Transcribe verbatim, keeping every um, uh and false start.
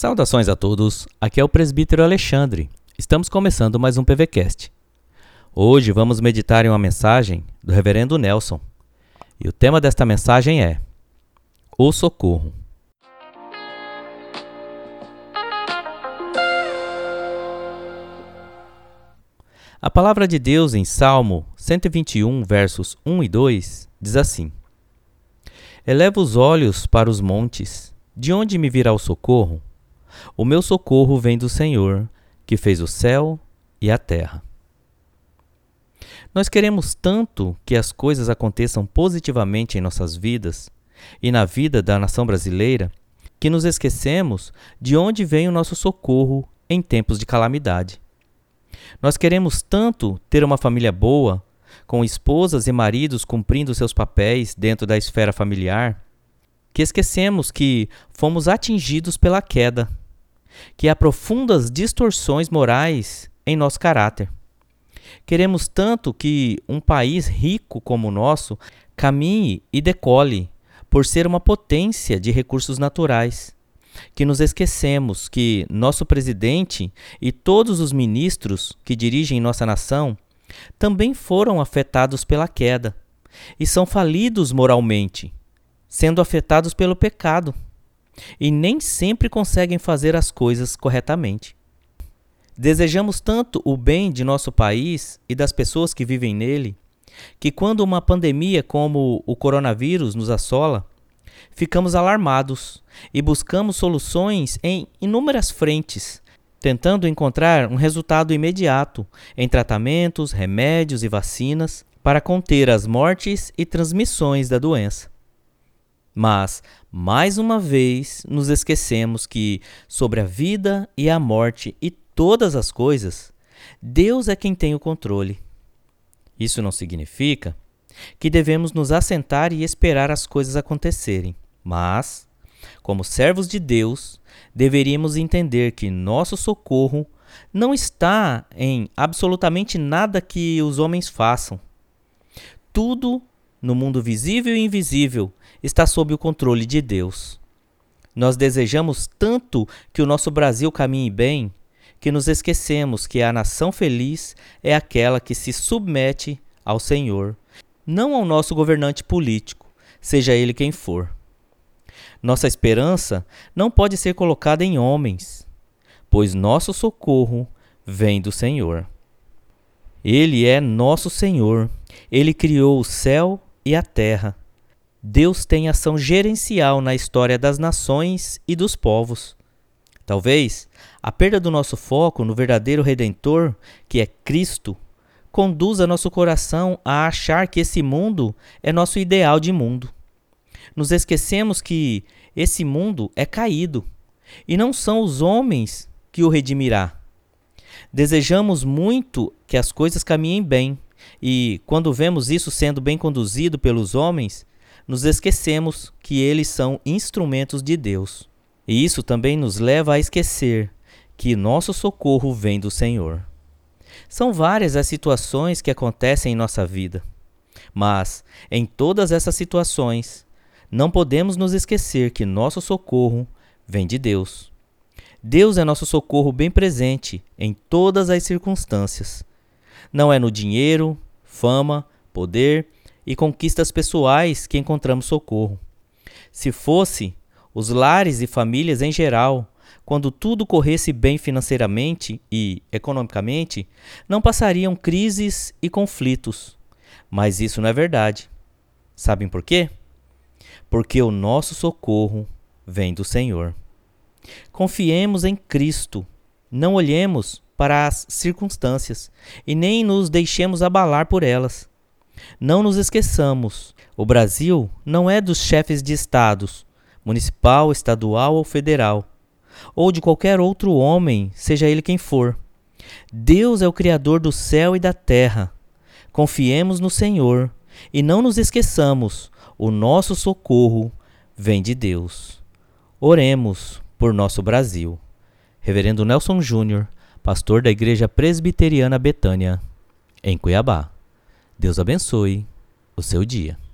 Saudações a todos, aqui é o presbítero Alexandre. Estamos começando mais um PVCast. Hoje vamos meditar em uma mensagem do reverendo Nelson. E o tema desta mensagem é O Socorro. A palavra de Deus em Salmo cento e vinte e um, versos um e dois, diz assim: Eleva os olhos para os montes, de onde me virá o socorro? O meu socorro vem do Senhor, que fez o céu e a terra. Nós queremos tanto que as coisas aconteçam positivamente em nossas vidas e na vida da nação brasileira, que nos esquecemos de onde vem o nosso socorro em tempos de calamidade. Nós queremos tanto ter uma família boa, com esposas e maridos cumprindo seus papéis dentro da esfera familiar, que esquecemos que fomos atingidos pela queda, que há profundas distorções morais em nosso caráter. Queremos tanto que um país rico como o nosso caminhe e decole por ser uma potência de recursos naturais, que nos esquecemos que nosso presidente e todos os ministros que dirigem nossa nação também foram afetados pela queda e são falidos moralmente, sendo afetados pelo pecado, e nem sempre conseguem fazer as coisas corretamente. Desejamos tanto o bem de nosso país e das pessoas que vivem nele, que quando uma pandemia como o coronavírus nos assola, ficamos alarmados e buscamos soluções em inúmeras frentes, tentando encontrar um resultado imediato em tratamentos, remédios e vacinas para conter as mortes e transmissões da doença. Mas, mais uma vez, nos esquecemos que, sobre a vida e a morte e todas as coisas, Deus é quem tem o controle. Isso não significa que devemos nos assentar e esperar as coisas acontecerem, mas, como servos de Deus, deveríamos entender que nosso socorro não está em absolutamente nada que os homens façam. Tudo, no mundo visível e invisível, está sob o controle de Deus. Nós desejamos tanto que o nosso Brasil caminhe bem, que nos esquecemos que a nação feliz é aquela que se submete ao Senhor, não ao nosso governante político, seja ele quem for. Nossa esperança não pode ser colocada em homens, pois nosso socorro vem do Senhor. Ele é nosso Senhor, Ele criou o céu e a terra. Deus tem ação gerencial na história das nações e dos povos. Talvez a perda do nosso foco no verdadeiro Redentor, que é Cristo, conduza nosso coração a achar que esse mundo é nosso ideal de mundo. Nos esquecemos que esse mundo é caído e não são os homens que o redimirá. Desejamos muito que as coisas caminhem bem e, quando vemos isso sendo bem conduzido pelos homens, nos esquecemos que eles são instrumentos de Deus. E isso também nos leva a esquecer que nosso socorro vem do Senhor. São várias as situações que acontecem em nossa vida, mas em todas essas situações, não podemos nos esquecer que nosso socorro vem de Deus. Deus é nosso socorro bem presente em todas as circunstâncias. Não é no dinheiro, fama, poder e conquistas pessoais que encontramos socorro. Se fosse, os lares e famílias em geral, quando tudo corresse bem financeiramente e economicamente, não passariam crises e conflitos. Mas isso não é verdade. Sabem por quê? Porque o nosso socorro vem do Senhor. Confiemos em Cristo, não olhemos para as circunstâncias e nem nos deixemos abalar por elas. Não nos esqueçamos, o Brasil não é dos chefes de estados, municipal, estadual ou federal, ou de qualquer outro homem, seja ele quem for. Deus é o Criador do céu e da terra. Confiemos no Senhor e não nos esqueçamos, o nosso socorro vem de Deus. Oremos por nosso Brasil. Reverendo Nelson Júnior, pastor da Igreja Presbiteriana Betânia, em Cuiabá. Deus abençoe o seu dia.